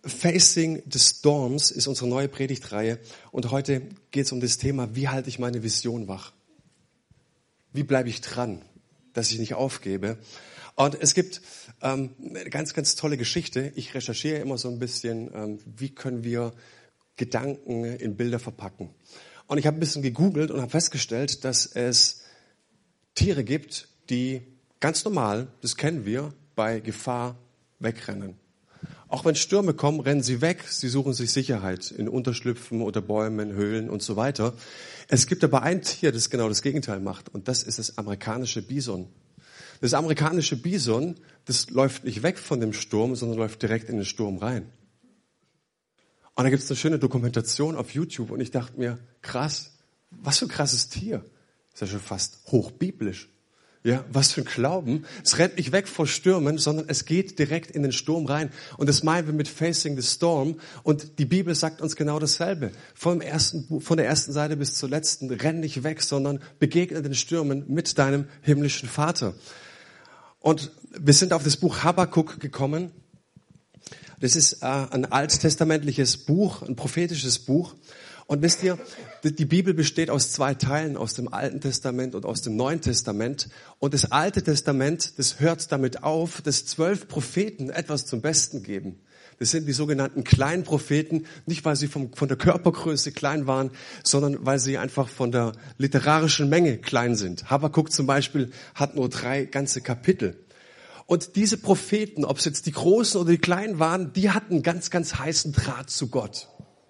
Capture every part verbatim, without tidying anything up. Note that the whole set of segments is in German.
Facing the Storms ist unsere neue Predigtreihe und heute geht es um das Thema, wie halte ich meine Vision wach? Wie bleibe ich dran, dass ich nicht aufgebe? Und es gibt ähm, eine ganz, ganz tolle Geschichte. Ich recherchiere immer so ein bisschen, ähm, wie können wir Gedanken in Bilder verpacken. Und ich habe ein bisschen gegoogelt und habe festgestellt, dass es Tiere gibt, die ganz normal, das kennen wir, bei Gefahr wegrennen. Auch wenn Stürme kommen, rennen sie weg. Sie suchen sich Sicherheit in Unterschlüpfen oder Bäumen, Höhlen und so weiter. Es gibt aber ein Tier, das genau das Gegenteil macht. Und das ist das amerikanische Bison. Das amerikanische Bison, das läuft nicht weg von dem Sturm, sondern läuft direkt in den Sturm rein. Und da gibt es eine schöne Dokumentation auf YouTube. Und ich dachte mir, krass, was für ein krasses Tier. Das ist ja schon fast hochbiblisch. Ja, was für ein Glauben. Es rennt nicht weg vor Stürmen, sondern es geht direkt in den Sturm rein. Und das meinen wir mit Facing the Storm. Und die Bibel sagt uns genau dasselbe. Vom ersten, von der ersten Seite bis zur letzten, renn nicht weg, sondern begegne den Stürmen mit deinem himmlischen Vater. Und wir sind auf das Buch Habakuk gekommen. Das ist äh, ein alttestamentliches Buch, ein prophetisches Buch. Und wisst ihr, die Bibel besteht aus zwei Teilen, aus dem Alten Testament und aus dem Neuen Testament. Und das Alte Testament, das hört damit auf, dass zwölf Propheten etwas zum Besten geben. Das sind die sogenannten kleinen Propheten, nicht weil sie vom, von der Körpergröße klein waren, sondern weil sie einfach von der literarischen Menge klein sind. Habakuk zum Beispiel hat nur drei ganze Kapitel. Und diese Propheten, ob es jetzt die Großen oder die Kleinen waren, die hatten einen ganz, ganz heißen Draht zu Gott.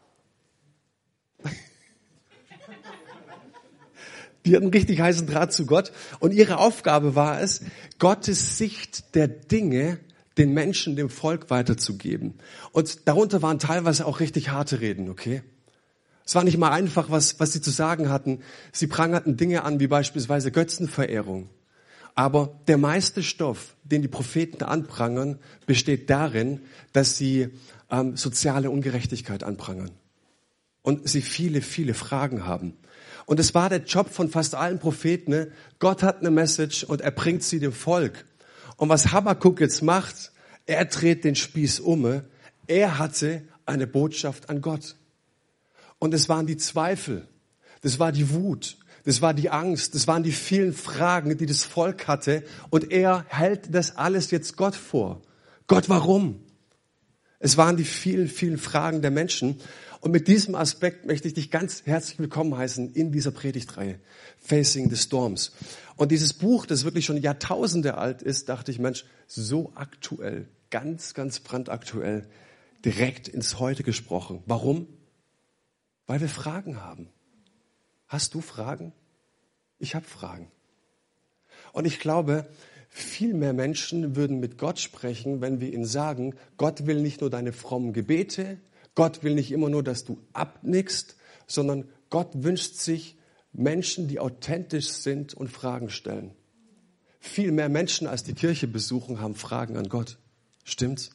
Die hatten einen richtig heißen Draht zu Gott. Und ihre Aufgabe war es, Gottes Sicht der Dinge den Menschen, dem Volk weiterzugeben. Und darunter waren teilweise auch richtig harte Reden, okay? Es war nicht mal einfach, was, was sie zu sagen hatten. Sie prangerten Dinge an, wie beispielsweise Götzenverehrung. Aber der meiste Stoff, den die Propheten anprangern, besteht darin, dass sie ähm, soziale Ungerechtigkeit anprangern. Und sie viele, viele Fragen haben. Und es war der Job von fast allen Propheten. Ne? Gott hat eine Message und er bringt sie dem Volk. Und was Habakuk jetzt macht, er dreht den Spieß um. Er hatte eine Botschaft an Gott. Und es waren die Zweifel, das war die Wut, das war die Angst, das waren die vielen Fragen, die das Volk hatte. Und er hält das alles jetzt Gott vor. Gott, warum? Es waren die vielen, vielen Fragen der Menschen. Und mit diesem Aspekt möchte ich dich ganz herzlich willkommen heißen in dieser Predigtreihe, Facing the Storms. Und dieses Buch, das wirklich schon Jahrtausende alt ist, dachte ich, Mensch, so aktuell, ganz, ganz brandaktuell, direkt ins Heute gesprochen. Warum? Weil wir Fragen haben. Hast du Fragen? Ich habe Fragen. Und ich glaube, viel mehr Menschen würden mit Gott sprechen, wenn wir ihnen sagen, Gott will nicht nur deine frommen Gebete, Gott will nicht immer nur, dass du abnickst, sondern Gott wünscht sich Menschen, die authentisch sind und Fragen stellen. Viel mehr Menschen, als die Kirche besuchen, haben Fragen an Gott. Stimmt's?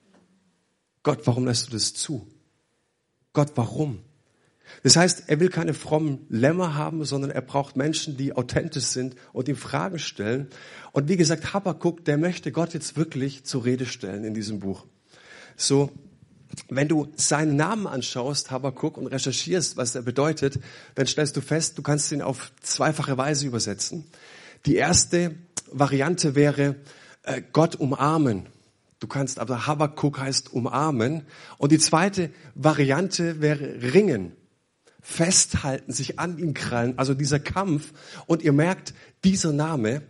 Gott, warum lässt du das zu? Gott, warum? Das heißt, er will keine frommen Lämmer haben, sondern er braucht Menschen, die authentisch sind und ihm Fragen stellen. Und wie gesagt, Habakuk, der möchte Gott jetzt wirklich zur Rede stellen in diesem Buch. So, wenn du seinen Namen anschaust, Habakuk, und recherchierst, was er bedeutet, dann stellst du fest, du kannst ihn auf zweifache Weise übersetzen. Die erste Variante wäre äh, Gott umarmen. Du kannst, aber Habakuk heißt umarmen. Und die zweite Variante wäre ringen. Festhalten, sich an ihn krallen, also dieser Kampf. Und ihr merkt, dieser Name,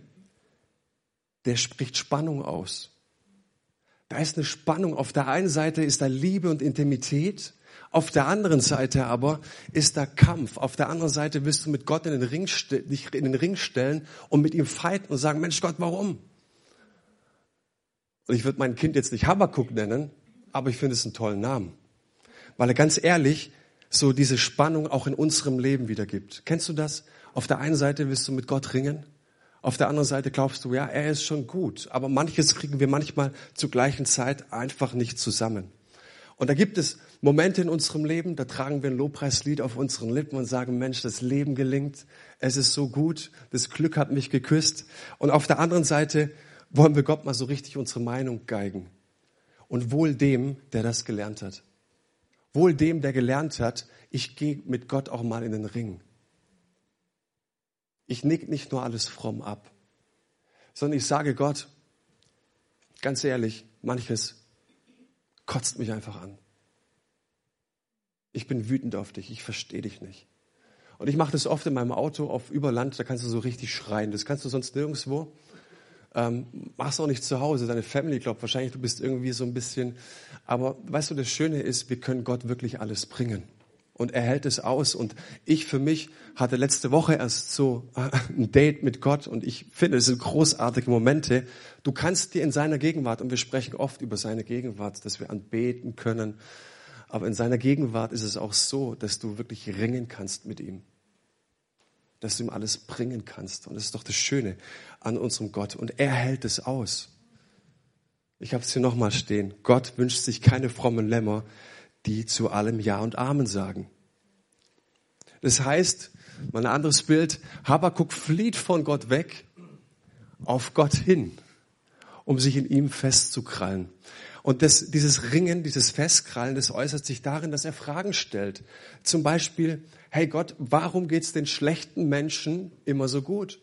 der spricht Spannung aus. Da ist eine Spannung. Auf der einen Seite ist da Liebe und Intimität, auf der anderen Seite aber ist da Kampf. Auf der anderen Seite wirst du mit Gott in den Ring, dich in den Ring stellen und mit ihm fighten und sagen, Mensch Gott, warum? Und ich würde mein Kind jetzt nicht Habakuk nennen, aber ich finde es einen tollen Namen. Weil er ganz ehrlich so diese Spannung auch in unserem Leben wiedergibt. Kennst du das? Auf der einen Seite willst du mit Gott ringen, auf der anderen Seite glaubst du, ja, er ist schon gut. Aber manches kriegen wir manchmal zur gleichen Zeit einfach nicht zusammen. Und da gibt es Momente in unserem Leben, da tragen wir ein Lobpreislied auf unseren Lippen und sagen, Mensch, das Leben gelingt, es ist so gut, das Glück hat mich geküsst. Und auf der anderen Seite wollen wir Gott mal so richtig unsere Meinung geigen. Und wohl dem, der das gelernt hat. Wohl dem, der gelernt hat, ich gehe mit Gott auch mal in den Ring. Ich nick nicht nur alles fromm ab, sondern ich sage Gott, ganz ehrlich, manches kotzt mich einfach an. Ich bin wütend auf dich, ich verstehe dich nicht. Und ich mache das oft in meinem Auto auf Überland, da kannst du so richtig schreien. Das kannst du sonst nirgendwo. Ähm, machst auch nicht zu Hause. Deine Family glaubt wahrscheinlich, du bist irgendwie so ein bisschen. Aber weißt du, das Schöne ist, wir können Gott wirklich alles bringen. Und er hält es aus. Und ich für mich hatte letzte Woche erst so ein Date mit Gott. Und ich finde, es sind großartige Momente. Du kannst dir in seiner Gegenwart, und wir sprechen oft über seine Gegenwart, dass wir anbeten können. Aber in seiner Gegenwart ist es auch so, dass du wirklich ringen kannst mit ihm. Dass du ihm alles bringen kannst. Und das ist doch das Schöne an unserem Gott. Und er hält es aus. Ich habe es hier nochmal stehen. Gott wünscht sich keine frommen Lämmer, die zu allem Ja und Amen sagen. Das heißt, mal ein anderes Bild, Habakuk flieht von Gott weg auf Gott hin, um sich in ihm festzukrallen. Und das, dieses Ringen, dieses Festkrallen, das äußert sich darin, dass er Fragen stellt. Zum Beispiel, hey Gott, warum geht's den schlechten Menschen immer so gut?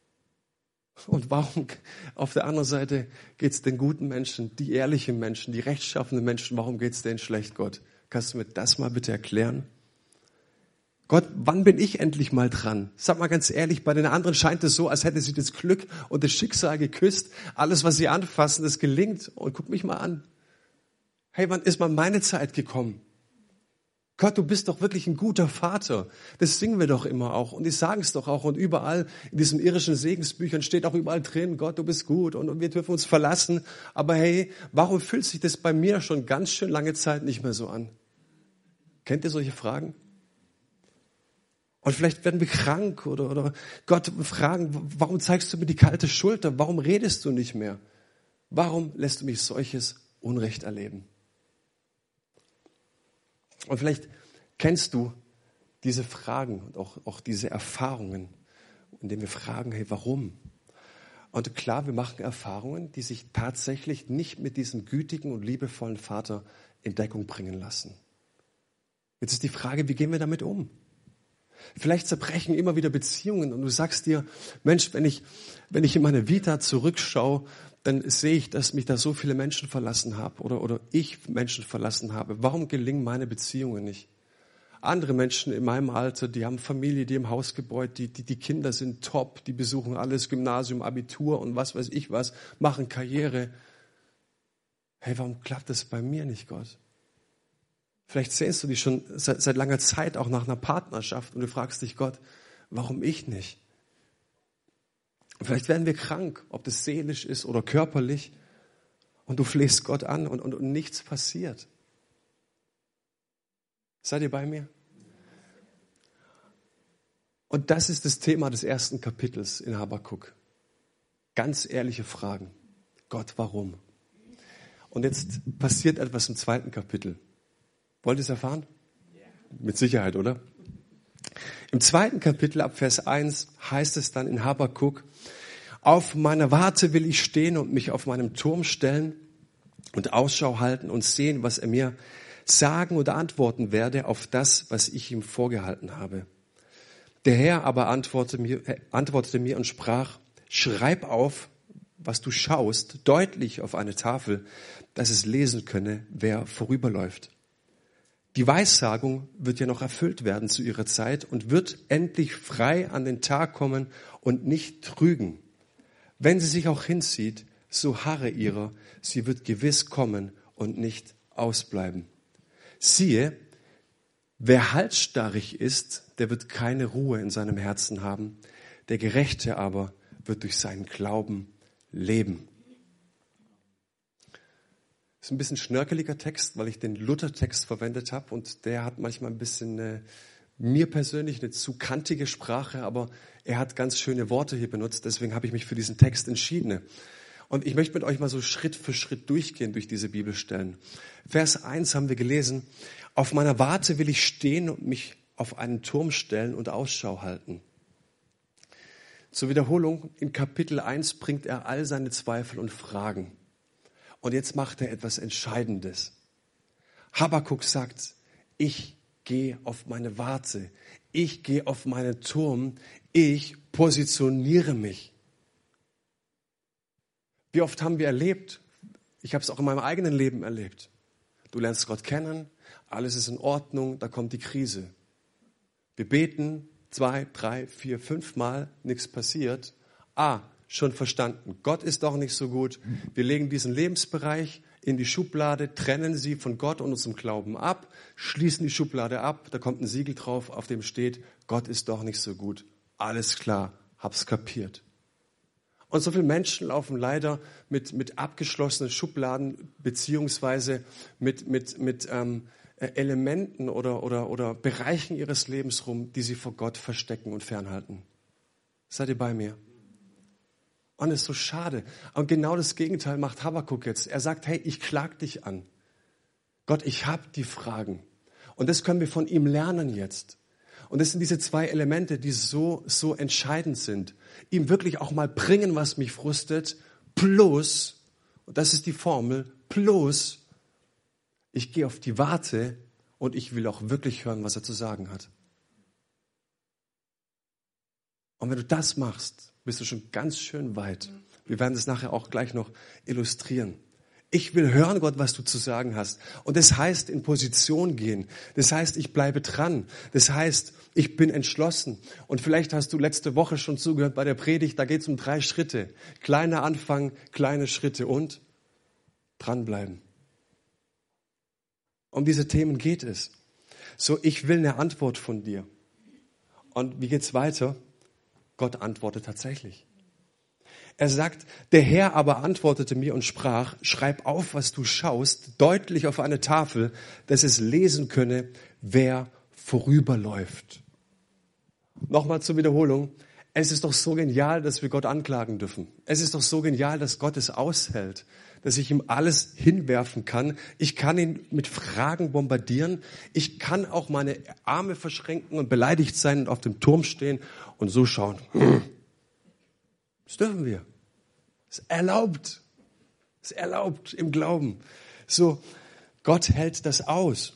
Und warum auf der anderen Seite geht's den guten Menschen, die ehrlichen Menschen, die rechtschaffenen Menschen, warum geht's denen schlecht, Gott? Kannst du mir das mal bitte erklären? Gott, wann bin ich endlich mal dran? Sag mal ganz ehrlich, bei den anderen scheint es so, als hätte sie das Glück und das Schicksal geküsst. Alles, was sie anfassen, das gelingt. Und guck mich mal an. Hey, wann ist mal meine Zeit gekommen? Gott, du bist doch wirklich ein guter Vater. Das singen wir doch immer auch. Und die sagen es doch auch. Und überall in diesen irischen Segensbüchern steht auch überall drin, Gott, du bist gut und wir dürfen uns verlassen. Aber hey, warum fühlt sich das bei mir schon ganz schön lange Zeit nicht mehr so an? Kennt ihr solche Fragen? Und vielleicht werden wir krank oder, oder Gott fragen, warum zeigst du mir die kalte Schulter? Warum redest du nicht mehr? Warum lässt du mich solches Unrecht erleben? Und vielleicht kennst du diese Fragen und auch, auch diese Erfahrungen, in denen wir fragen, hey, warum? Und klar, wir machen Erfahrungen, die sich tatsächlich nicht mit diesem gütigen und liebevollen Vater in Deckung bringen lassen. Jetzt ist die Frage, wie gehen wir damit um? Vielleicht zerbrechen immer wieder Beziehungen und du sagst dir, Mensch, wenn ich, wenn ich in meine Vita zurückschaue, dann sehe ich, dass mich da so viele Menschen verlassen haben oder, oder ich Menschen verlassen habe. Warum gelingen meine Beziehungen nicht? Andere Menschen in meinem Alter, die haben Familie, die im Haus gebaut, die, die, die Kinder sind top, die besuchen alles, Gymnasium, Abitur und was weiß ich was, machen Karriere. Hey, warum klappt das bei mir nicht, Gott? Vielleicht sehnst du dich schon seit, seit langer Zeit auch nach einer Partnerschaft und du fragst dich, Gott, warum ich nicht? Vielleicht werden wir krank, ob das seelisch ist oder körperlich und du flehst Gott an und, und, und nichts passiert. Seid ihr bei mir? Und das ist das Thema des ersten Kapitels in Habakuk. Ganz ehrliche Fragen. Gott, warum? Und jetzt passiert etwas im zweiten Kapitel. Wollt ihr es erfahren? Yeah. Mit Sicherheit, oder? Im zweiten Kapitel ab Vers eins heißt es dann in Habakuk, auf meiner Warte will ich stehen und mich auf meinem Turm stellen und Ausschau halten und sehen, was er mir sagen oder antworten werde auf das, was ich ihm vorgehalten habe. Der Herr aber antwortete mir, antwortete mir und sprach, schreib auf, was du schaust, deutlich auf eine Tafel, dass es lesen könne, wer vorüberläuft. Die Weissagung wird ja noch erfüllt werden zu ihrer Zeit und wird endlich frei an den Tag kommen und nicht trügen. Wenn sie sich auch hinzieht, so harre ihrer, sie wird gewiss kommen und nicht ausbleiben. Siehe, wer halsstarrig ist, der wird keine Ruhe in seinem Herzen haben. Der Gerechte aber wird durch seinen Glauben leben. Das ist ein bisschen schnörkeliger Text, weil ich den Luther-Text verwendet habe und der hat manchmal ein bisschen äh, mir persönlich eine zu kantige Sprache, aber er hat ganz schöne Worte hier benutzt, deswegen habe ich mich für diesen Text entschieden. Und ich möchte mit euch mal so Schritt für Schritt durchgehen durch diese Bibelstellen. Vers eins haben wir gelesen, auf meiner Warte will ich stehen und mich auf einen Turm stellen und Ausschau halten. Zur Wiederholung, in Kapitel eins bringt er all seine Zweifel und Fragen. Und jetzt macht er etwas Entscheidendes. Habakuk sagt, ich gehe auf meine Warte, ich gehe auf meinen Turm, ich positioniere mich. Wie oft haben wir erlebt, ich habe es auch in meinem eigenen Leben erlebt, du lernst Gott kennen, alles ist in Ordnung, da kommt die Krise. Wir beten zwei, drei, vier, fünf Mal, nichts passiert. Ah, schon verstanden, Gott ist doch nicht so gut. Wir legen diesen Lebensbereich in die Schublade, trennen sie von Gott und unserem Glauben ab, schließen die Schublade ab, da kommt ein Siegel drauf, auf dem steht, Gott ist doch nicht so gut. Alles klar, hab's kapiert. Und so viele Menschen laufen leider mit, mit abgeschlossenen Schubladen beziehungsweise mit, mit, mit ähm, Elementen oder, oder, oder Bereichen ihres Lebens rum, die sie vor Gott verstecken und fernhalten. Seid ihr bei mir? Und es ist so schade. Und genau das Gegenteil macht Habakuk jetzt. Er sagt, hey, ich klag dich an. Gott, ich habe die Fragen. Und das können wir von ihm lernen jetzt. Und das sind diese zwei Elemente, die so, so entscheidend sind. Ihm wirklich auch mal bringen, was mich frustet, plus, und das ist die Formel, plus, ich gehe auf die Warte und ich will auch wirklich hören, was er zu sagen hat. Und wenn du das machst, bist du schon ganz schön weit. Wir werden das nachher auch gleich noch illustrieren. Ich will hören, Gott, was du zu sagen hast. Und das heißt, in Position gehen. Das heißt, ich bleibe dran. Das heißt, ich bin entschlossen. Und vielleicht hast du letzte Woche schon zugehört bei der Predigt, da geht es um drei Schritte. Kleiner Anfang, kleine Schritte und dranbleiben. Um diese Themen geht es. So, ich will eine Antwort von dir. Und wie geht's weiter? Gott antwortet tatsächlich. Er sagt, der Herr aber antwortete mir und sprach, schreib auf, was du schaust, deutlich auf eine Tafel, dass es lesen könne, wer vorüberläuft. Nochmal zur Wiederholung. Es ist doch so genial, dass wir Gott anklagen dürfen. Es ist doch so genial, dass Gott es aushält, dass ich ihm alles hinwerfen kann. Ich kann ihn mit Fragen bombardieren. Ich kann auch meine Arme verschränken und beleidigt sein und auf dem Turm stehen und so schauen. Das dürfen wir. Das ist erlaubt. Das ist erlaubt im Glauben. So, Gott hält das aus.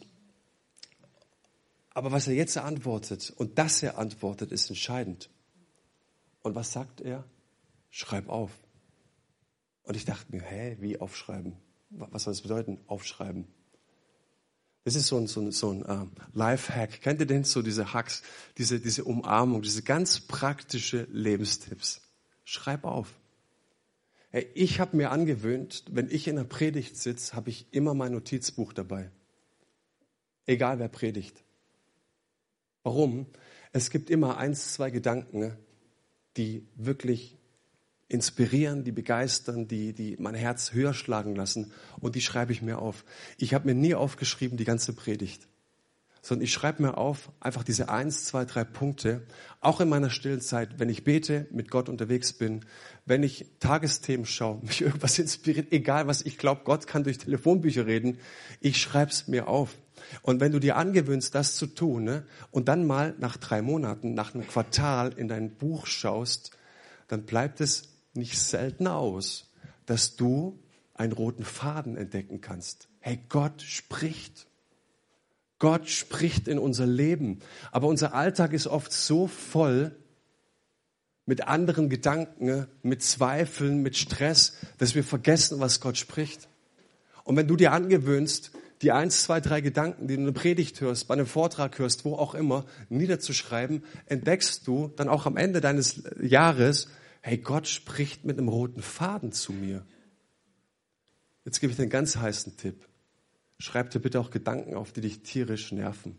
Aber was er jetzt antwortet und dass er antwortet, ist entscheidend. Und was sagt er? Schreib auf. Und ich dachte mir, hä, wie aufschreiben? Was soll das bedeuten? Aufschreiben. Das ist so ein, so ein, so ein uh, Lifehack. Kennt ihr den? So diese Hacks, diese, diese Umarmung, diese ganz praktische Lebenstipps. Schreib auf. Hey, ich habe mir angewöhnt, wenn ich in einer Predigt sitze, habe ich immer mein Notizbuch dabei. Egal wer predigt. Warum? Es gibt immer eins, zwei Gedanken, die wirklich inspirieren, die begeistern, die, die mein Herz höher schlagen lassen. Und die schreibe ich mir auf. Ich habe mir nie aufgeschrieben, die ganze Predigt. Sondern ich schreibe mir auf, einfach diese eins, zwei, drei Punkte, auch in meiner stillen Zeit, wenn ich bete, mit Gott unterwegs bin, wenn ich Tagesthemen schaue, mich irgendwas inspiriert, egal was ich glaube, Gott kann durch Telefonbücher reden, ich schreibe es mir auf. Und wenn du dir angewöhnst, das zu tun, ne, und dann mal nach drei Monaten, nach einem Quartal in dein Buch schaust, dann bleibt es nicht selten aus, dass du einen roten Faden entdecken kannst. Hey, Gott spricht. Gott spricht in unser Leben. Aber unser Alltag ist oft so voll mit anderen Gedanken, mit Zweifeln, mit Stress, dass wir vergessen, was Gott spricht. Und wenn du dir angewöhnst, die eins, zwei, drei Gedanken, die du in einer Predigt hörst, bei einem Vortrag hörst, wo auch immer, niederzuschreiben, entdeckst du dann auch am Ende deines Jahres, hey, Gott spricht mit einem roten Faden zu mir. Jetzt gebe ich dir einen ganz heißen Tipp. Schreib dir bitte auch Gedanken auf, die dich tierisch nerven.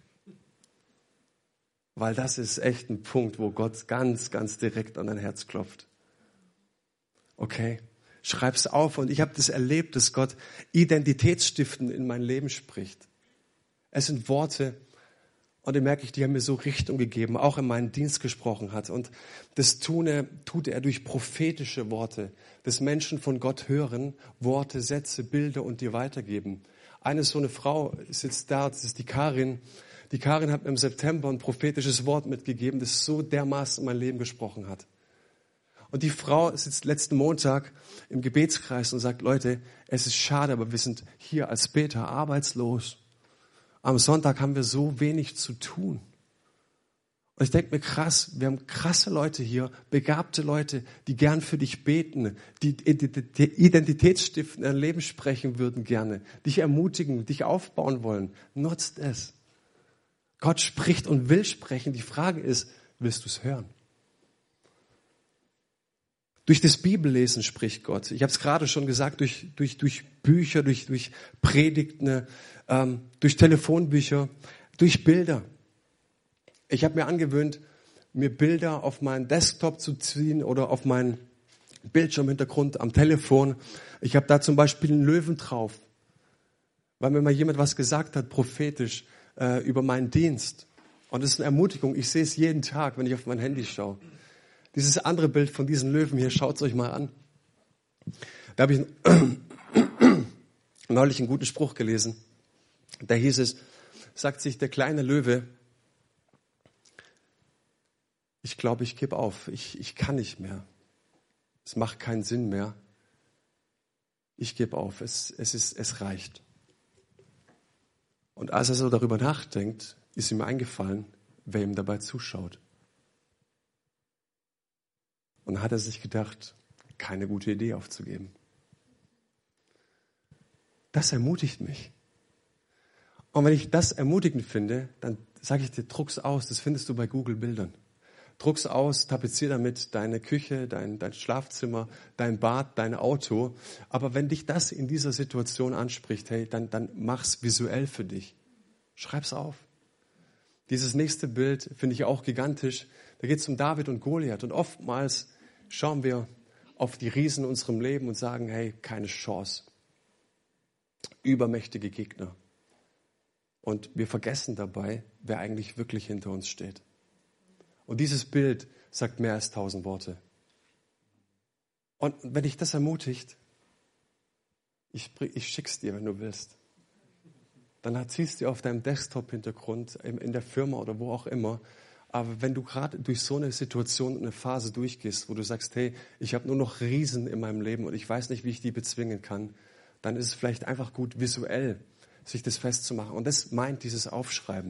Weil das ist echt ein Punkt, wo Gott ganz, ganz direkt an dein Herz klopft. Okay? Schreib's auf. Und ich habe das erlebt, dass Gott identitätsstiftend in mein Leben spricht. Es sind Worte, und dann merke ich, die haben mir so Richtung gegeben, auch in meinen Dienst gesprochen hat. Und das tut er, tut er durch prophetische Worte, dass Menschen von Gott hören, Worte, Sätze, Bilder und dir weitergeben. Eine so eine Frau sitzt da, das ist die Karin. Die Karin hat mir im September ein prophetisches Wort mitgegeben, das so dermaßen in mein Leben gesprochen hat. Und die Frau sitzt letzten Montag im Gebetskreis und sagt, Leute, es ist schade, aber wir sind hier als Beter arbeitslos. Am Sonntag haben wir so wenig zu tun. Und ich denke mir, krass, wir haben krasse Leute hier, begabte Leute, die gern für dich beten, die identitätsstiftend in dein Leben sprechen würden gerne, dich ermutigen, dich aufbauen wollen. Nutzt es. Gott spricht und will sprechen. Die Frage ist, willst du es hören? Durch das Bibellesen spricht Gott. Ich habe es gerade schon gesagt, durch, durch, durch Bücher, durch, durch Predigten, ähm, durch Telefonbücher, durch Bilder. Ich habe mir angewöhnt, mir Bilder auf meinen Desktop zu ziehen oder auf meinen Bildschirmhintergrund am Telefon. Ich habe da zum Beispiel einen Löwen drauf, weil mir mal jemand was gesagt hat, prophetisch, äh, über meinen Dienst. Und das ist eine Ermutigung. Ich sehe es jeden Tag, wenn ich auf mein Handy schaue. Dieses andere Bild von diesen Löwen hier, schaut es euch mal an. Da habe ich neulich einen guten Spruch gelesen. Da hieß es, sagt sich der kleine Löwe, ich glaube, ich gebe auf. Ich, ich kann nicht mehr. Es macht keinen Sinn mehr. Ich gebe auf. Es, es, ist, es reicht. Und als er so darüber nachdenkt, ist ihm eingefallen, wer ihm dabei zuschaut. Und dann hat er sich gedacht, keine gute Idee aufzugeben. Das ermutigt mich. Und wenn ich das ermutigend finde, dann sage ich dir, druck's aus. Das findest du bei Google Bildern. Druck's aus, tapezier damit deine Küche, dein, dein Schlafzimmer, dein Bad, dein Auto. Aber wenn dich das in dieser Situation anspricht, hey, dann, dann mach's visuell für dich. Schreib's auf. Dieses nächste Bild finde ich auch gigantisch. Da geht es um David und Goliath. Und oftmals schauen wir auf die Riesen in unserem Leben und sagen, hey, keine Chance. Übermächtige Gegner. Und wir vergessen dabei, wer eigentlich wirklich hinter uns steht. Und dieses Bild sagt mehr als tausend Worte. Und wenn dich das ermutigt, ich, ich schick's dir, wenn du willst. Dann ziehst du auf deinem Desktop-Hintergrund, in der Firma oder wo auch immer. Aber wenn du gerade durch so eine Situation, eine Phase durchgehst, wo du sagst, hey, ich habe nur noch Riesen in meinem Leben und ich weiß nicht, wie ich die bezwingen kann, dann ist es vielleicht einfach gut, visuell sich das festzumachen. Und das meint dieses Aufschreiben.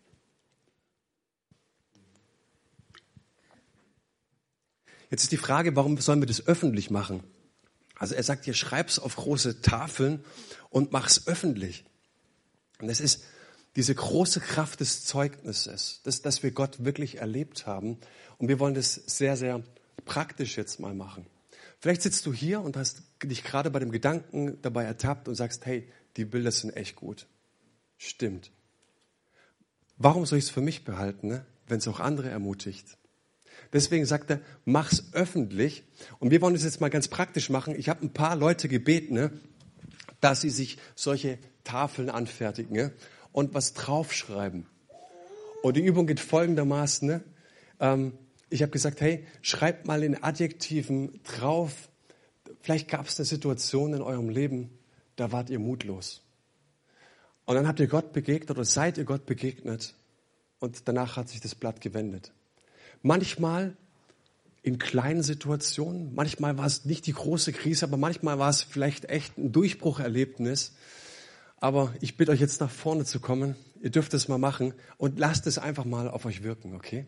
Jetzt ist die Frage, warum sollen wir das öffentlich machen? Also er sagt hier, schreib's auf große Tafeln und mach's öffentlich. Und das ist diese große Kraft des Zeugnisses, das, dass wir Gott wirklich erlebt haben. Und wir wollen das sehr, sehr praktisch jetzt mal machen. Vielleicht sitzt du hier und hast dich gerade bei dem Gedanken dabei ertappt und sagst, hey, die Bilder sind echt gut. Stimmt. Warum soll ich es für mich behalten, ne? Wenn es auch andere ermutigt? Deswegen sagt er, mach's öffentlich. Und wir wollen es jetzt mal ganz praktisch machen. Ich habe ein paar Leute gebeten, ne, dass sie sich solche Tafeln anfertigen, ne, und was draufschreiben. Und die Übung geht folgendermaßen. Ne, ähm, ich habe gesagt, hey, schreibt mal in Adjektiven drauf. Vielleicht gab es eine Situation in eurem Leben, da wart ihr mutlos. Und dann habt ihr Gott begegnet oder seid ihr Gott begegnet. Und danach hat sich das Blatt gewendet. Manchmal in kleinen Situationen, manchmal war es nicht die große Krise, aber manchmal war es vielleicht echt ein Durchbrucherlebnis. Aber ich bitte euch jetzt nach vorne zu kommen. Ihr dürft es mal machen und lasst es einfach mal auf euch wirken, okay?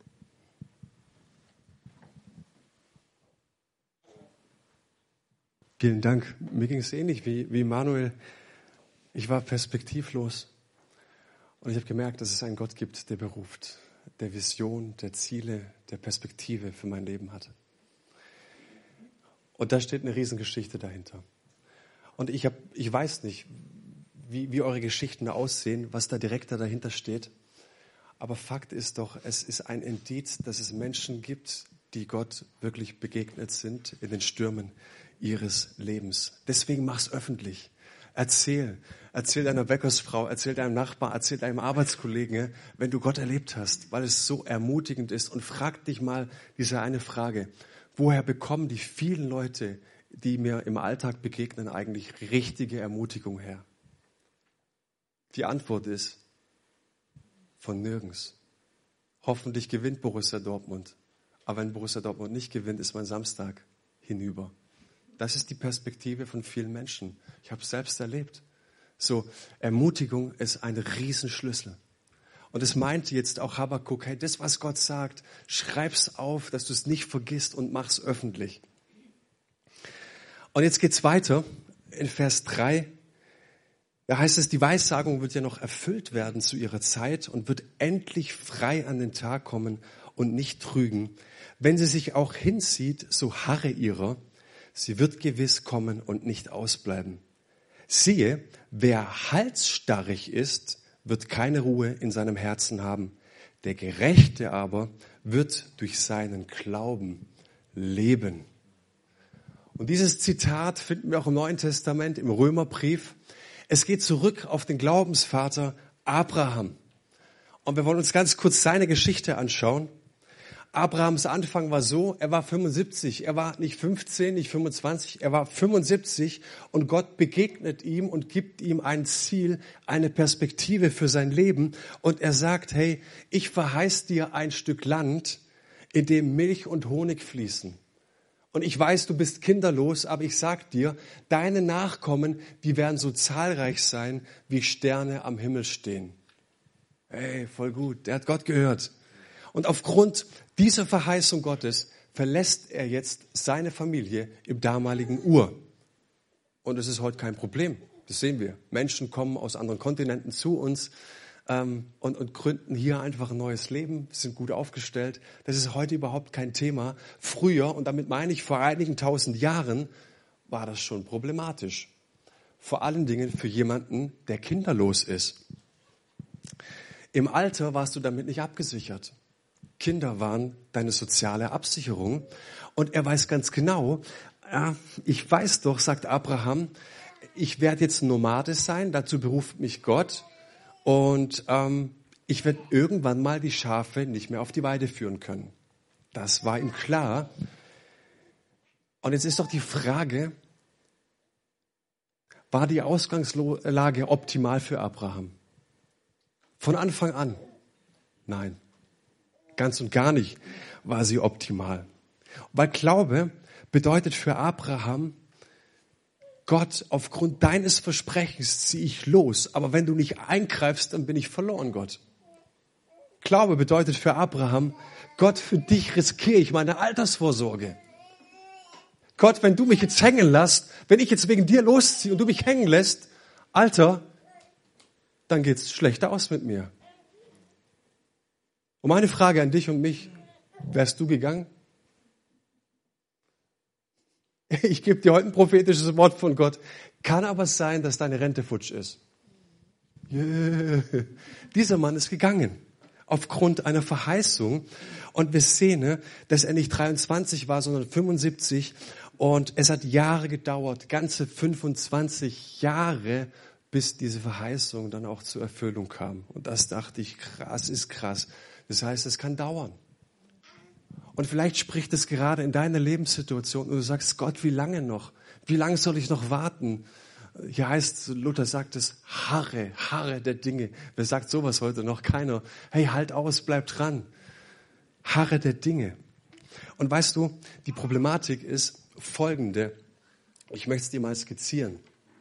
Vielen Dank. Mir ging es ähnlich wie, wie Manuel. Ich war perspektivlos und ich habe gemerkt, dass es einen Gott gibt, der beruft, der Vision, der Ziele, der Perspektive für mein Leben hat. Und da steht eine Riesengeschichte dahinter. Und ich, hab, ich weiß nicht, wie, wie eure Geschichten aussehen, was da direkt dahinter steht. Aber Fakt ist doch, es ist ein Indiz, dass es Menschen gibt, die Gott wirklich begegnet sind in den Stürmen ihres Lebens. Deswegen mach's öffentlich. Erzähl. Erzähl deiner Bäckersfrau, erzähl deinem Nachbar, erzähl deinem Arbeitskollegen, wenn du Gott erlebt hast, weil es so ermutigend ist. Und frag dich mal diese eine Frage. Woher bekommen die vielen Leute, die mir im Alltag begegnen, eigentlich richtige Ermutigung her? Die Antwort ist von nirgends. Hoffentlich gewinnt Borussia Dortmund. Aber wenn Borussia Dortmund nicht gewinnt, ist mein Samstag hinüber. Das ist die Perspektive von vielen Menschen. Ich habe es selbst erlebt. So, Ermutigung ist ein Riesenschlüssel. Und es meinte jetzt auch Habakkuk, hey, das, was Gott sagt, schreib's auf, dass du es nicht vergisst und mach's öffentlich. Und jetzt geht's weiter in Vers drei. Da heißt es, die Weissagung wird ja noch erfüllt werden zu ihrer Zeit und wird endlich frei an den Tag kommen und nicht trügen. Wenn sie sich auch hinzieht, so harre ihrer. Sie wird gewiss kommen und nicht ausbleiben. Siehe, wer halsstarrig ist, wird keine Ruhe in seinem Herzen haben. Der Gerechte aber wird durch seinen Glauben leben. Und dieses Zitat finden wir auch im Neuen Testament, im Römerbrief. Es geht zurück auf den Glaubensvater Abraham. Und wir wollen uns ganz kurz seine Geschichte anschauen. Abrahams Anfang war so, er war fünfundsiebzig, er war nicht fünfzehn, nicht fünfundzwanzig, er war fünfundsiebzig und Gott begegnet ihm und gibt ihm ein Ziel, eine Perspektive für sein Leben und er sagt, hey, ich verheiß dir ein Stück Land, in dem Milch und Honig fließen. Und ich weiß, du bist kinderlos, aber ich sag dir, deine Nachkommen, die werden so zahlreich sein, wie Sterne am Himmel stehen. Hey, voll gut, der hat Gott gehört. Und aufgrund dieser Verheißung Gottes verlässt er jetzt seine Familie im damaligen Ur. Und es ist heute kein Problem. Das sehen wir. Menschen kommen aus anderen Kontinenten zu uns ähm, und, und gründen hier einfach ein neues Leben, sind gut aufgestellt. Das ist heute überhaupt kein Thema. Früher, und damit meine ich vor einigen tausend Jahren, war das schon problematisch. Vor allen Dingen für jemanden, der kinderlos ist. Im Alter warst du damit nicht abgesichert. Kinder waren deine soziale Absicherung. Und er weiß ganz genau, ja, ich weiß doch, sagt Abraham, ich werde jetzt Nomade sein, dazu beruft mich Gott. Und ähm, ich werde irgendwann mal die Schafe nicht mehr auf die Weide führen können. Das war ihm klar. Und jetzt ist doch die Frage, war die Ausgangslage optimal für Abraham? Von Anfang an? Nein. Ganz und gar nicht war sie optimal. Weil Glaube bedeutet für Abraham, Gott, aufgrund deines Versprechens ziehe ich los, aber wenn du nicht eingreifst, dann bin ich verloren, Gott. Glaube bedeutet für Abraham, Gott, für dich riskiere ich meine Altersvorsorge. Gott, wenn du mich jetzt hängen lässt, wenn ich jetzt wegen dir losziehe und du mich hängen lässt, Alter, dann geht's schlechter aus mit mir. Und meine Frage an dich und mich, wärst du gegangen? Ich gebe dir heute ein prophetisches Wort von Gott. Kann aber sein, dass deine Rente futsch ist. Yeah. Dieser Mann ist gegangen aufgrund einer Verheißung. Und wir sehen, dass er nicht dreiundzwanzig war, sondern fünfundsiebzig. Und es hat Jahre gedauert, ganze fünfundzwanzig Jahre, bis diese Verheißung dann auch zur Erfüllung kam. Und das dachte ich, krass ist krass. Das heißt, es kann dauern. Und vielleicht spricht es gerade in deiner Lebenssituation und du sagst, Gott, wie lange noch? Wie lange soll ich noch warten? Hier heißt, Luther sagt es, harre, harre der Dinge. Wer sagt sowas heute noch? Keiner. Hey, halt aus, bleib dran. Harre der Dinge. Und weißt du, die Problematik ist folgende. Ich möchte es dir mal skizzieren.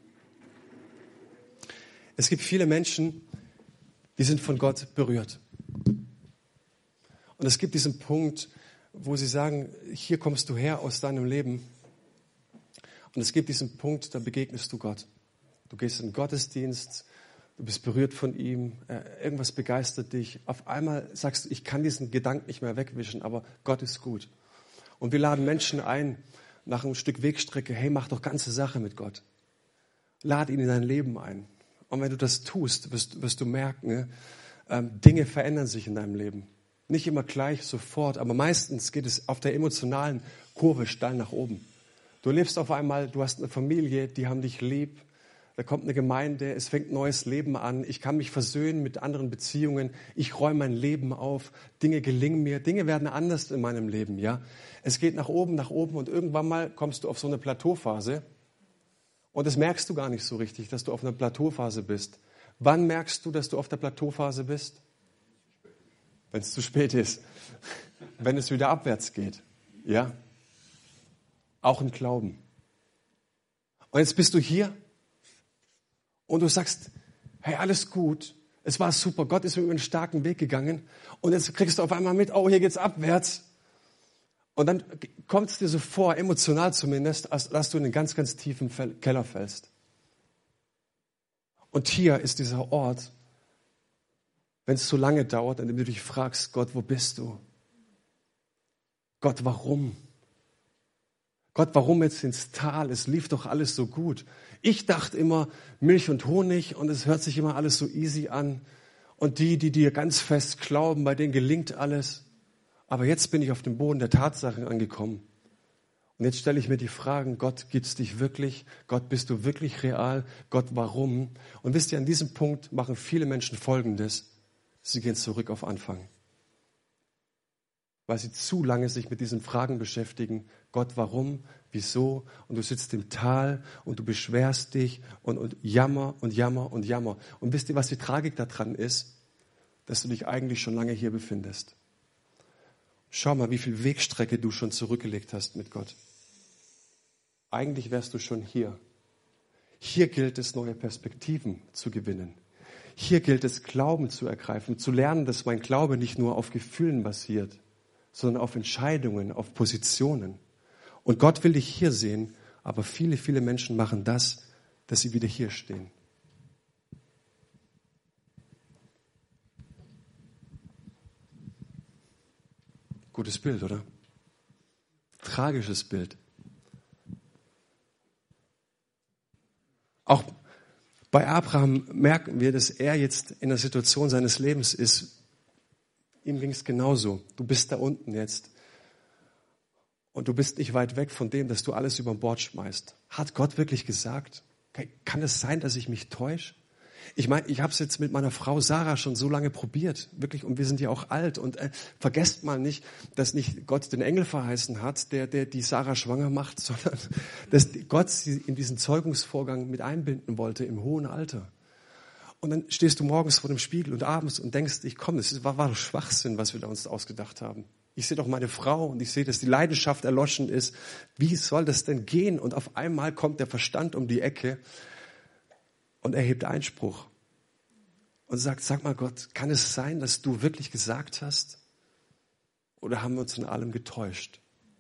Es gibt viele Menschen, die sind von Gott berührt. Und es gibt diesen Punkt, wo sie sagen, hier kommst du her aus deinem Leben. Und es gibt diesen Punkt, da begegnest du Gott. Du gehst in den Gottesdienst, du bist berührt von ihm, irgendwas begeistert dich. Auf einmal sagst du, ich kann diesen Gedanken nicht mehr wegwischen, aber Gott ist gut. Und wir laden Menschen ein, nach einem Stück Wegstrecke, hey, mach doch ganze Sache mit Gott. Lad ihn in dein Leben ein. Und wenn du das tust, wirst, wirst du merken, äh, Dinge verändern sich in deinem Leben. Nicht immer gleich, sofort, aber meistens geht es auf der emotionalen Kurve steil nach oben. Du lebst auf einmal, du hast eine Familie, die haben dich lieb. Da kommt eine Gemeinde, es fängt ein neues Leben an. Ich kann mich versöhnen mit anderen Beziehungen. Ich räume mein Leben auf. Dinge gelingen mir. Dinge werden anders in meinem Leben, ja. Es geht nach oben, nach oben und irgendwann mal kommst du auf so eine Plateauphase. Und das merkst du gar nicht so richtig, dass du auf einer Plateauphase bist. Wann merkst du, dass du auf der Plateauphase bist? wenn es zu spät ist, wenn es wieder abwärts geht. Ja? Auch im Glauben. Und jetzt bist du hier und du sagst, hey, alles gut, es war super, Gott ist mir über einen starken Weg gegangen und jetzt kriegst du auf einmal mit, oh, hier geht's abwärts. Und dann kommt es dir so vor, emotional zumindest, als dass du in einen ganz, ganz tiefen Keller fällst. Und hier ist dieser Ort, wenn es so lange dauert, an dem du dich fragst, Gott, wo bist du? Gott, warum? Gott, warum jetzt ins Tal? Es lief doch alles so gut. Ich dachte immer Milch und Honig und es hört sich immer alles so easy an. Und die, die dir ganz fest glauben, bei denen gelingt alles. Aber jetzt bin ich auf dem Boden der Tatsachen angekommen. Und jetzt stelle ich mir die Fragen, Gott, gibt's dich wirklich? Gott, bist du wirklich real? Gott, warum? Und wisst ihr, an diesem Punkt machen viele Menschen Folgendes. Sie gehen zurück auf Anfang. Weil sie zu lange sich mit diesen Fragen beschäftigen. Gott, warum? Wieso? Und du sitzt im Tal und du beschwerst dich und, und jammer und jammer und jammer. Und wisst ihr, was die Tragik daran ist? Dass du dich eigentlich schon lange hier befindest. Schau mal, wie viel Wegstrecke du schon zurückgelegt hast mit Gott. Eigentlich wärst du schon hier. Hier gilt es, neue Perspektiven zu gewinnen. Hier gilt es, Glauben zu ergreifen, zu lernen, dass mein Glaube nicht nur auf Gefühlen basiert, sondern auf Entscheidungen, auf Positionen. Und Gott will dich hier sehen, aber viele, viele Menschen machen das, dass sie wieder hier stehen. Gutes Bild, oder? Tragisches Bild. Auch bei Abraham merken wir, dass er jetzt in der Situation seines Lebens ist. Ihm ging es genauso. Du bist da unten jetzt. Und du bist nicht weit weg von dem, dass du alles über Bord schmeißt. Hat Gott wirklich gesagt? Kann es sein, dass ich mich täusche? Ich meine, ich habe es jetzt mit meiner Frau Sarah schon so lange probiert, wirklich, und wir sind ja auch alt. Und äh, vergesst mal nicht, dass nicht Gott den Engel verheißen hat, der, der die Sarah schwanger macht, sondern dass Gott sie in diesen Zeugungsvorgang mit einbinden wollte im hohen Alter. Und dann stehst du morgens vor dem Spiegel und abends und denkst, ich komm, das war, war doch Schwachsinn, was wir da uns ausgedacht haben. Ich sehe doch meine Frau und ich sehe, dass die Leidenschaft erloschen ist. Wie soll das denn gehen? Und auf einmal kommt der Verstand um die Ecke und erhebt Einspruch und sagt, sag mal Gott, kann es sein, dass du wirklich gesagt hast? Oder haben wir uns in allem getäuscht?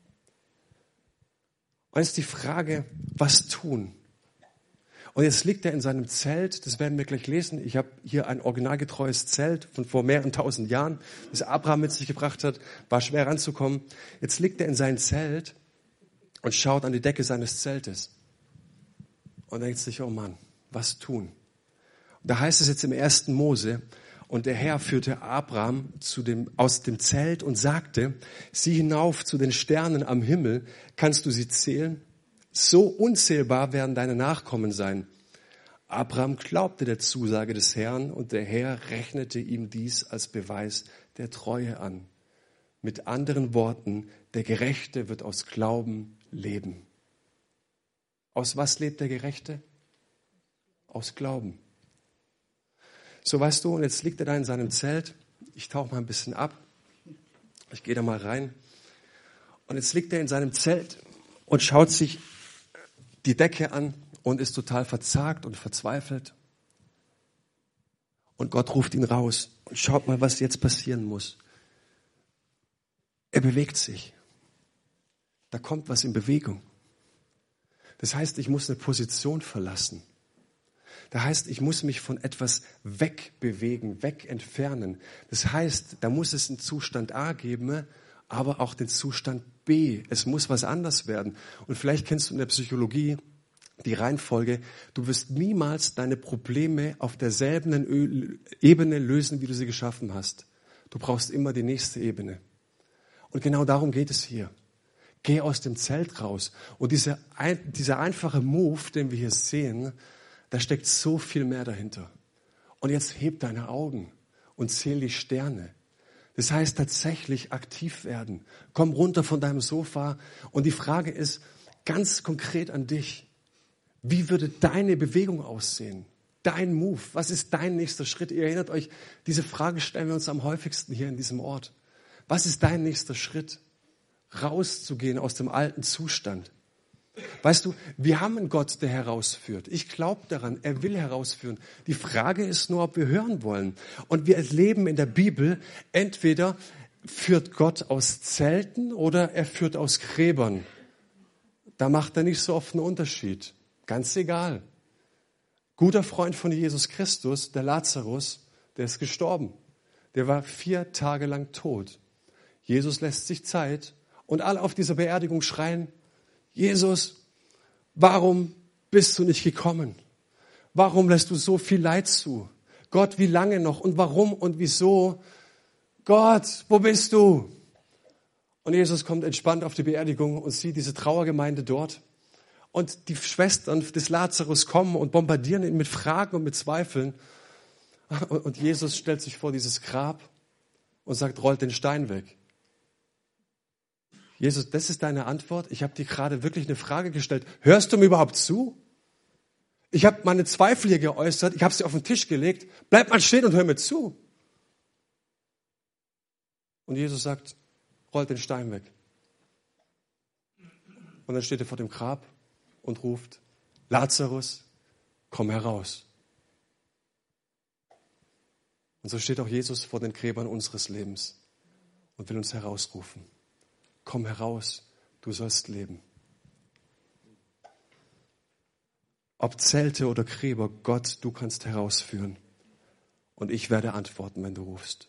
Und jetzt die Frage, was tun? Und jetzt liegt er in seinem Zelt, das werden wir gleich lesen. Ich habe hier ein originalgetreues Zelt von vor mehreren tausend Jahren, das Abraham mit sich gebracht hat, war schwer ranzukommen. Jetzt liegt er in seinem Zelt und schaut an die Decke seines Zeltes und denkt sich, oh Mann, was tun? Und da heißt es jetzt im ersten Mose, und der Herr führte Abraham zu dem, aus dem Zelt und sagte, sieh hinauf zu den Sternen am Himmel, kannst du sie zählen? So unzählbar werden deine Nachkommen sein. Abraham glaubte der Zusage des Herrn und der Herr rechnete ihm dies als Beweis der Treue an. Mit anderen Worten, der Gerechte wird aus Glauben leben. Aus was lebt der Gerechte? Aus Glauben. So, weißt du, und jetzt liegt er da in seinem Zelt. Ich tauche mal ein bisschen ab. Ich gehe da mal rein. Und jetzt liegt er in seinem Zelt und schaut sich die Decke an und ist total verzagt und verzweifelt. Und Gott ruft ihn raus und schaut mal, was jetzt passieren muss. Er bewegt sich. Da kommt was in Bewegung. Das heißt, ich muss eine Position verlassen. Das heißt, ich muss mich von etwas wegbewegen, wegentfernen. Das heißt, da muss es einen Zustand A geben, aber auch den Zustand B. Es muss was anders werden. Und vielleicht kennst du in der Psychologie die Reihenfolge. Du wirst niemals deine Probleme auf derselben Ebene lösen, wie du sie geschaffen hast. Du brauchst immer die nächste Ebene. Und genau darum geht es hier. Geh aus dem Zelt raus. Und dieser, dieser einfache Move, den wir hier sehen, da steckt so viel mehr dahinter. Und jetzt heb deine Augen und zähl die Sterne. Das heißt tatsächlich aktiv werden. Komm runter von deinem Sofa. Und die Frage ist ganz konkret an dich. Wie würde deine Bewegung aussehen? dein Move? Was ist dein nächster Schritt? Ihr erinnert euch, diese Frage stellen wir uns am häufigsten hier in diesem Ort. Was ist dein nächster Schritt? Rauszugehen aus dem alten Zustand. Weißt du, wir haben einen Gott, der herausführt. Ich glaube daran, er will herausführen. Die Frage ist nur, ob wir hören wollen. Und wir erleben in der Bibel, entweder führt Gott aus Zelten oder er führt aus Gräbern. Da macht er nicht so oft einen Unterschied. Ganz egal. Guter Freund von Jesus Christus, der Lazarus, der ist gestorben. Der war vier Tage lang tot. Jesus lässt sich Zeit und alle auf dieser Beerdigung schreien, Jesus, warum bist du nicht gekommen? Warum lässt du so viel Leid zu? Gott, wie lange noch? Und warum und wieso? Gott, wo bist du? Und Jesus kommt entspannt auf die Beerdigung und sieht diese Trauergemeinde dort. Und die Schwestern des Lazarus kommen und bombardieren ihn mit Fragen und mit Zweifeln. Und Jesus stellt sich vor dieses Grab und sagt, rollt den Stein weg. Jesus, das ist deine Antwort? Ich habe dir gerade wirklich eine Frage gestellt. Hörst du mir überhaupt zu? Ich habe meine Zweifel hier geäußert. Ich habe sie auf den Tisch gelegt. Bleib mal stehen und hör mir zu. Und Jesus sagt, rollt den Stein weg. Und dann steht er vor dem Grab und ruft, Lazarus, komm heraus. Und so steht auch Jesus vor den Gräbern unseres Lebens und will uns herausrufen. Komm heraus, du sollst leben. Ob Zelte oder Gräber, Gott, du kannst herausführen. Und ich werde antworten, wenn du rufst.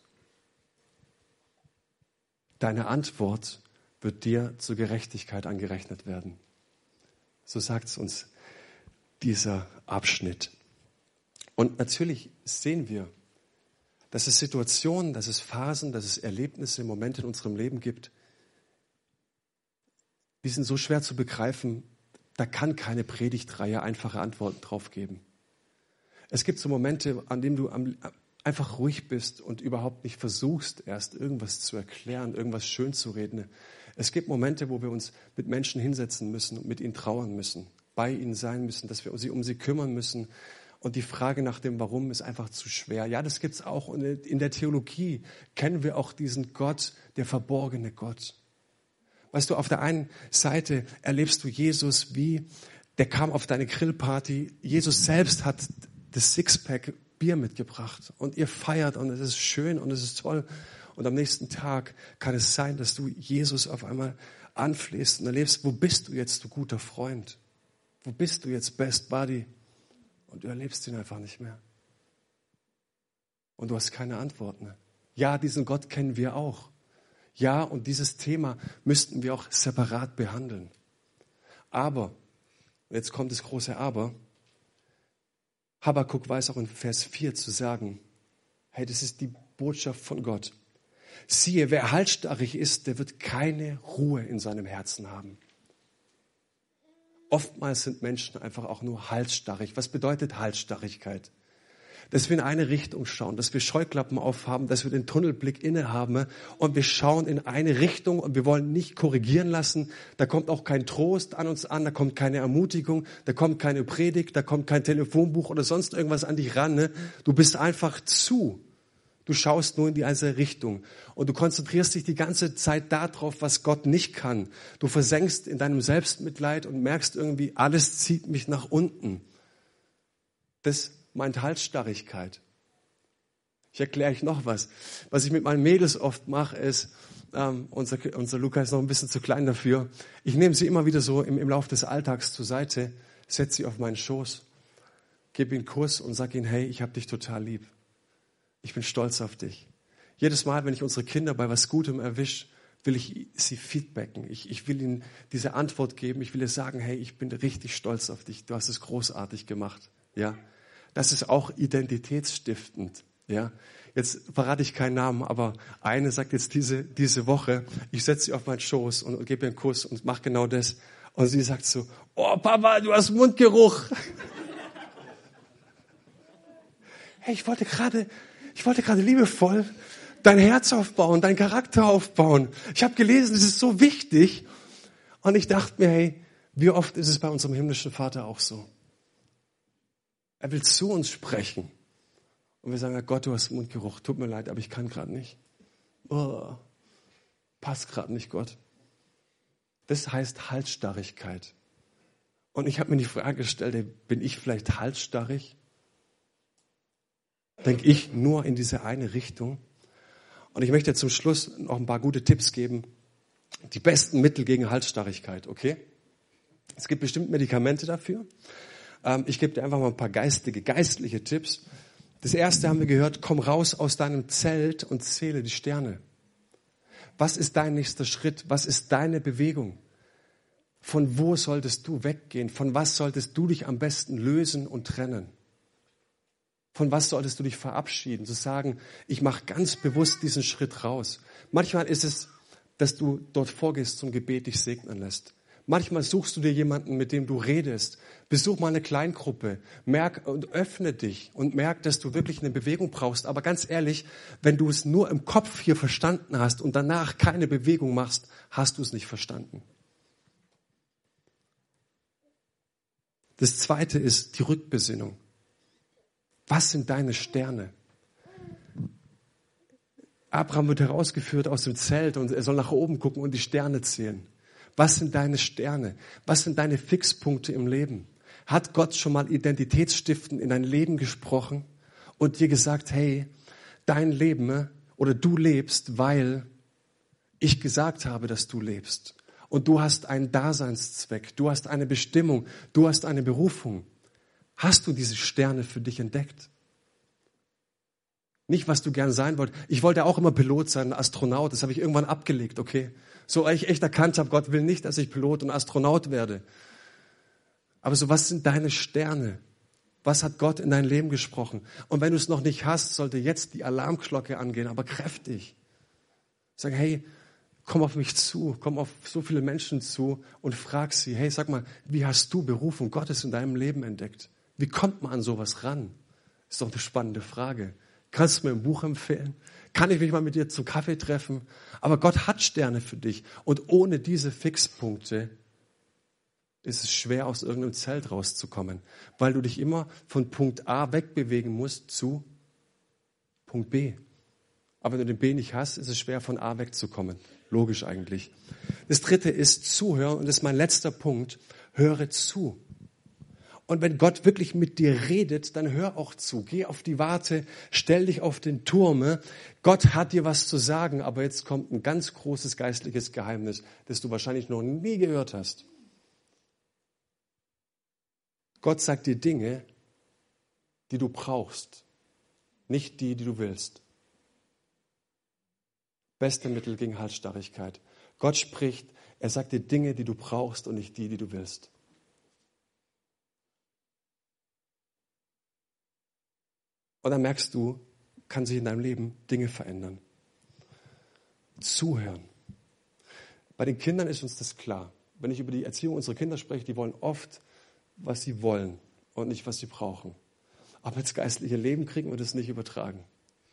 Deine Antwort wird dir zur Gerechtigkeit angerechnet werden. So sagt es uns dieser Abschnitt. Und natürlich sehen wir, dass es Situationen, dass es Phasen, dass es Erlebnisse, Momente in unserem Leben gibt, die sind so schwer zu begreifen, da kann keine Predigtreihe einfache Antworten drauf geben. Es gibt so Momente, an denen du einfach ruhig bist und überhaupt nicht versuchst, erst irgendwas zu erklären, irgendwas schön zu reden. Es gibt Momente, wo wir uns mit Menschen hinsetzen müssen und mit ihnen trauern müssen, bei ihnen sein müssen, dass wir uns um sie kümmern müssen. Und die Frage nach dem Warum ist einfach zu schwer. Ja, das gibt's auch. Und in der Theologie kennen wir auch diesen Gott, der verborgene Gott. Weißt du, auf der einen Seite erlebst du Jesus wie, der kam auf deine Grillparty. Jesus selbst hat das Sixpack Bier mitgebracht und ihr feiert und es ist schön und es ist toll. Und am nächsten Tag kann es sein, dass du Jesus auf einmal anflehst und erlebst, wo bist du jetzt, du guter Freund? Wo bist du jetzt, Best Buddy? Und du erlebst ihn einfach nicht mehr. Und du hast keine Antwort mehr. Ja, diesen Gott kennen wir auch. Ja, und dieses Thema müssten wir auch separat behandeln. Aber, jetzt kommt das große Aber, Habakkuk weiß auch in Vers vier zu sagen, hey, das ist die Botschaft von Gott. Siehe, wer halsstarrig ist, der wird keine Ruhe in seinem Herzen haben. Oftmals sind Menschen einfach auch nur halsstarrig. Was bedeutet Halsstarrigkeit? Dass wir in eine Richtung schauen, dass wir Scheuklappen aufhaben, dass wir den Tunnelblick innehaben und wir schauen in eine Richtung und wir wollen nicht korrigieren lassen. Da kommt auch kein Trost an uns an, da kommt keine Ermutigung, da kommt keine Predigt, da kommt kein Telefonbuch oder sonst irgendwas an dich ran. Ne? Du bist einfach zu. Du schaust nur in die einzelne Richtung und du konzentrierst dich die ganze Zeit darauf, was Gott nicht kann. Du versenkst in deinem Selbstmitleid und merkst irgendwie, alles zieht mich nach unten. Das meint Halsstarrigkeit. Ich erkläre euch noch was. Was ich mit meinen Mädels oft mache, ist, ähm, unser, unser Luca ist noch ein bisschen zu klein dafür, ich nehme sie immer wieder so im, im Laufe des Alltags zur Seite, setze sie auf meinen Schoß, gebe ihnen einen Kuss und sage ihnen, hey, ich habe dich total lieb. Ich bin stolz auf dich. Jedes Mal, wenn ich unsere Kinder bei was Gutem erwische, will ich sie feedbacken. Ich, ich will ihnen diese Antwort geben. Ich will ihnen sagen, hey, ich bin richtig stolz auf dich. Du hast es großartig gemacht. Ja, das ist auch identitätsstiftend. Ja, jetzt verrate ich keinen Namen, aber eine sagt jetzt diese diese Woche, ich setze sie auf meinen Schoß und, und gebe ihr einen Kuss und mache genau das. Und sie sagt so, oh Papa, du hast Mundgeruch. Hey, ich wollte gerade Ich wollte gerade liebevoll dein Herz aufbauen, deinen Charakter aufbauen. Ich habe gelesen, es ist so wichtig. Und ich dachte mir, hey, wie oft ist es bei unserem himmlischen Vater auch so? Er will zu uns sprechen. Und wir sagen, ja, Gott, du hast Mundgeruch, tut mir leid, aber ich kann gerade nicht. Oh, passt gerade nicht, Gott. Das heißt Halsstarrigkeit. Und ich habe mir die Frage gestellt, ey, bin ich vielleicht halsstarrig? Denke ich nur in diese eine Richtung? Und ich möchte zum Schluss noch ein paar gute Tipps geben. Die besten Mittel gegen Halsstarrigkeit, okay? Es gibt bestimmt Medikamente dafür. Ähm, ich gebe dir einfach mal ein paar geistige, geistliche Tipps. Das erste haben wir gehört, komm raus aus deinem Zelt und zähle die Sterne. Was ist dein nächster Schritt? Was ist deine Bewegung? Von wo solltest du weggehen? Von was solltest du dich am besten lösen und trennen? Von was solltest du dich verabschieden? Zu sagen, ich mache ganz bewusst diesen Schritt raus. Manchmal ist es, dass du dort vorgehst zum Gebet, dich segnen lässt. Manchmal suchst du dir jemanden, mit dem du redest. Besuch mal eine Kleingruppe. Merk und öffne dich und merk, dass du wirklich eine Bewegung brauchst. Aber ganz ehrlich, wenn du es nur im Kopf hier verstanden hast und danach keine Bewegung machst, hast du es nicht verstanden. Das zweite ist die Rückbesinnung. Was sind deine Sterne? Abraham wird herausgeführt aus dem Zelt und er soll nach oben gucken und die Sterne zählen. Was sind deine Sterne? Was sind deine Fixpunkte im Leben? Hat Gott schon mal identitätsstiftend in dein Leben gesprochen und dir gesagt, hey, dein Leben oder du lebst, weil ich gesagt habe, dass du lebst. Und du hast einen Daseinszweck, du hast eine Bestimmung, du hast eine Berufung. Hast du diese Sterne für dich entdeckt? Nicht, was du gerne sein wolltest. Ich wollte auch immer Pilot sein, Astronaut. Das habe ich irgendwann abgelegt, okay? So, weil ich echt erkannt habe, Gott will nicht, dass ich Pilot und Astronaut werde. Aber so, was sind deine Sterne? Was hat Gott in dein Leben gesprochen? Und wenn du es noch nicht hast, sollte jetzt die Alarmglocke angehen, aber kräftig. Sag, hey, komm auf mich zu, komm auf so viele Menschen zu und frag sie, hey, sag mal, wie hast du Berufung Gottes in deinem Leben entdeckt? Wie kommt man an sowas ran? Ist doch eine spannende Frage. Kannst du mir ein Buch empfehlen? Kann ich mich mal mit dir zum Kaffee treffen? Aber Gott hat Sterne für dich. Und ohne diese Fixpunkte ist es schwer, aus irgendeinem Zelt rauszukommen, weil du dich immer von Punkt A wegbewegen musst zu Punkt B. Aber wenn du den B nicht hast, ist es schwer, von A wegzukommen. Logisch eigentlich. Das dritte ist Zuhören und das ist mein letzter Punkt. Höre zu. Und wenn Gott wirklich mit dir redet, dann hör auch zu. Geh auf die Warte, stell dich auf den Turm. Gott hat dir was zu sagen, aber jetzt kommt ein ganz großes geistliches Geheimnis, das du wahrscheinlich noch nie gehört hast. Gott sagt dir Dinge, die du brauchst, nicht die, die du willst. Beste Mittel gegen Halsstarrigkeit. Gott spricht, er sagt dir Dinge, die du brauchst und nicht die, die du willst. Und dann merkst du, kann sich in deinem Leben Dinge verändern. Zuhören. Bei den Kindern ist uns das klar. Wenn ich über die Erziehung unserer Kinder spreche, die wollen oft, was sie wollen und nicht, was sie brauchen. Aber ins geistliche Leben kriegen wir das nicht übertragen.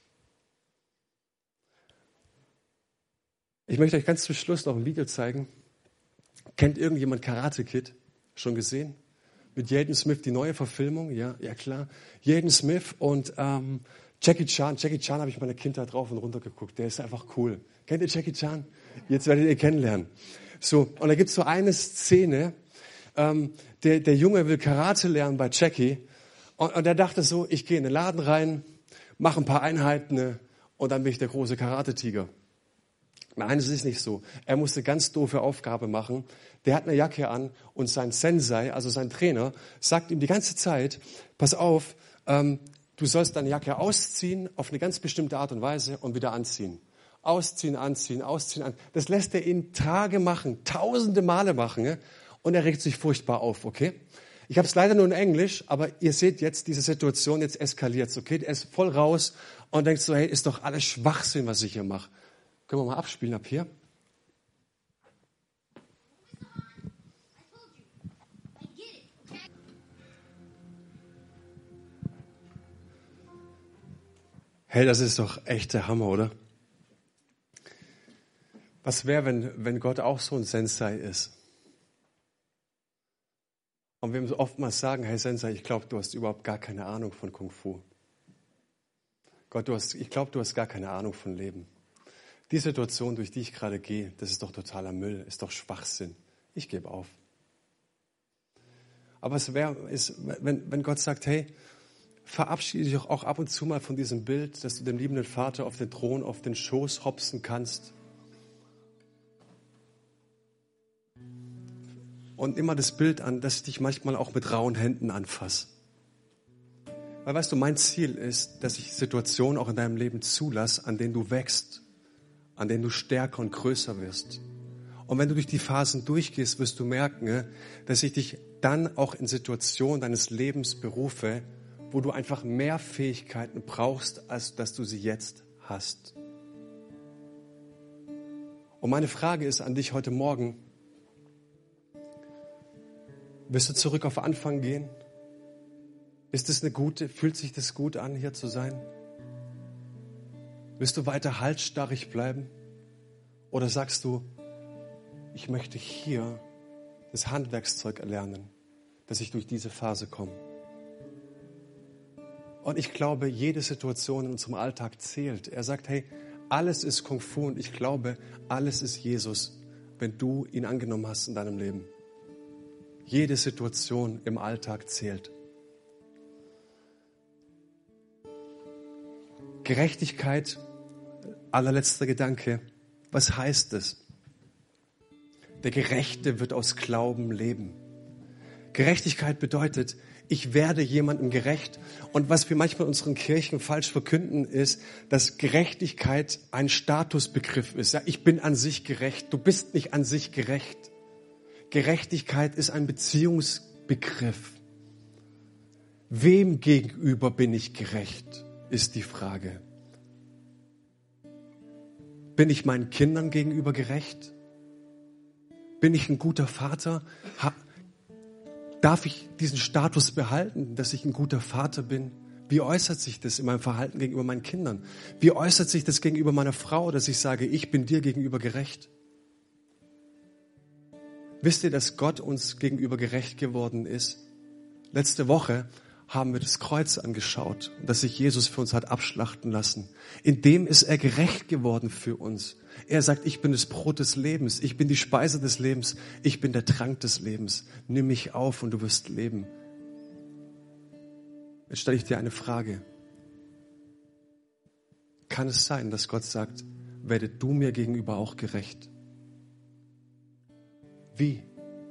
Ich möchte euch ganz zum Schluss noch ein Video zeigen. Kennt irgendjemand Karate Kid? Schon gesehen? Mit Jaden Smith, die neue Verfilmung, ja, ja klar. Jaden Smith und ähm, Jackie Chan. Jackie Chan habe ich meine Kindheit drauf und runter geguckt. Der ist einfach cool. Kennt ihr Jackie Chan? Jetzt werdet ihr kennenlernen. So, und da gibt es so eine Szene, ähm, der, der Junge will Karate lernen bei Jackie und, und der dachte so, ich gehe in den Laden rein, mache ein paar Einheiten und dann bin ich der große Karate-Tiger. Nein, es ist nicht so. Er musste ganz doofe Aufgabe machen. Der hat eine Jacke an und sein Sensei, also sein Trainer, sagt ihm die ganze Zeit, pass auf, ähm, du sollst deine Jacke ausziehen auf eine ganz bestimmte Art und Weise und wieder anziehen. Ausziehen, anziehen, ausziehen, anziehen. Das lässt er ihn Tage machen, tausende Male machen, ja? Und er regt sich furchtbar auf, okay? Ich habe es leider nur in Englisch, aber ihr seht jetzt diese Situation, jetzt eskaliert es, okay? Er ist voll raus und denkt so, hey, ist doch alles Schwachsinn, was ich hier mache. Können wir mal abspielen ab hier? Hey, das ist doch echt der Hammer, oder? Was wäre, wenn, wenn Gott auch so ein Sensei ist? Und wir oftmals sagen, hey Sensei, ich glaube, du hast überhaupt gar keine Ahnung von Kung Fu. Gott, du hast, ich glaube, du hast gar keine Ahnung von Leben. Die Situation, durch die ich gerade gehe, das ist doch totaler Müll, ist doch Schwachsinn. Ich gebe auf. Aber es wäre, wenn, wenn Gott sagt, hey, verabschiede dich auch ab und zu mal von diesem Bild, dass du dem liebenden Vater auf den Thron, auf den Schoß hopsen kannst. Und immer das Bild an, dass ich dich manchmal auch mit rauen Händen anfasse. Weil weißt du, mein Ziel ist, dass ich Situationen auch in deinem Leben zulasse, an denen du wächst, an denen du stärker und größer wirst. Und wenn du durch die Phasen durchgehst, wirst du merken, dass ich dich dann auch in Situationen deines Lebens berufe, wo du einfach mehr Fähigkeiten brauchst, als dass du sie jetzt hast. Und meine Frage ist an dich heute Morgen, wirst du zurück auf Anfang gehen? Ist es eine gute, fühlt sich das gut an, hier zu sein? Wirst du weiter halsstarrig bleiben? Oder sagst du, ich möchte hier das Handwerkszeug erlernen, dass ich durch diese Phase komme? Und ich glaube, jede Situation in unserem Alltag zählt. Er sagt, hey, alles ist Kung Fu und ich glaube, alles ist Jesus, wenn du ihn angenommen hast in deinem Leben. Jede Situation im Alltag zählt. Gerechtigkeit, allerletzter Gedanke. Was heißt es? Der Gerechte wird aus Glauben leben. Gerechtigkeit bedeutet, ich werde jemandem gerecht. Und was wir manchmal in unseren Kirchen falsch verkünden, ist, dass Gerechtigkeit ein Statusbegriff ist. Ja, ich bin an sich gerecht. Du bist nicht an sich gerecht. Gerechtigkeit ist ein Beziehungsbegriff. Wem gegenüber bin ich gerecht, ist die Frage. Bin ich meinen Kindern gegenüber gerecht? Bin ich ein guter Vater? Ha- Darf ich diesen Status behalten, dass ich ein guter Vater bin? Wie äußert sich das in meinem Verhalten gegenüber meinen Kindern? Wie äußert sich das gegenüber meiner Frau, dass ich sage, ich bin dir gegenüber gerecht? Wisst ihr, dass Gott uns gegenüber gerecht geworden ist? Letzte Woche haben wir das Kreuz angeschaut, das sich Jesus für uns hat abschlachten lassen. In dem ist er gerecht geworden für uns. Er sagt, ich bin das Brot des Lebens, ich bin die Speise des Lebens, ich bin der Trank des Lebens. Nimm mich auf und du wirst leben. Jetzt stelle ich dir eine Frage. Kann es sein, dass Gott sagt, werde du mir gegenüber auch gerecht? Wie?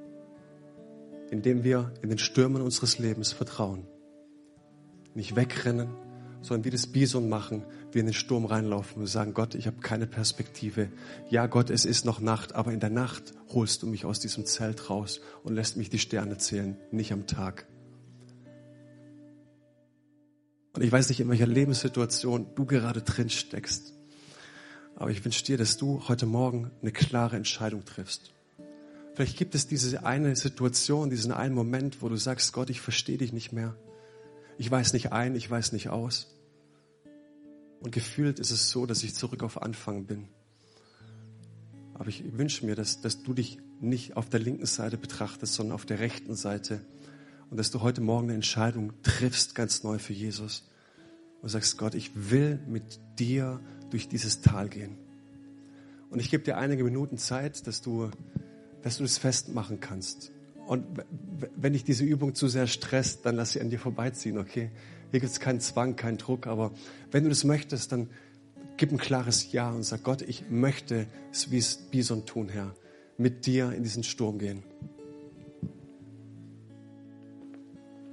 Indem wir in den Stürmen unseres Lebens vertrauen. Nicht wegrennen, sondern wie das Bison machen, wir in den Sturm reinlaufen und sagen, Gott, ich habe keine Perspektive. Ja, Gott, es ist noch Nacht, aber in der Nacht holst du mich aus diesem Zelt raus und lässt mich die Sterne zählen, nicht am Tag. Und ich weiß nicht, in welcher Lebenssituation du gerade drin steckst, aber ich wünsche dir, dass du heute Morgen eine klare Entscheidung triffst. Vielleicht gibt es diese eine Situation, diesen einen Moment, wo du sagst, Gott, ich verstehe dich nicht mehr. Ich weiß nicht ein, ich weiß nicht aus. Und gefühlt ist es so, dass ich zurück auf Anfang bin. Aber ich wünsche mir, dass, dass du dich nicht auf der linken Seite betrachtest, sondern auf der rechten Seite. Und dass du heute Morgen eine Entscheidung triffst, ganz neu für Jesus. Und sagst, Gott, ich will mit dir durch dieses Tal gehen. Und ich gebe dir einige Minuten Zeit, dass du dass du das festmachen kannst. Und wenn dich diese Übung zu sehr stresst, dann lass sie an dir vorbeiziehen, okay? Hier gibt es keinen Zwang, keinen Druck, aber wenn du das möchtest, dann gib ein klares Ja und sag, Gott, ich möchte es wie es Bison tun, Herr, mit dir in diesen Sturm gehen.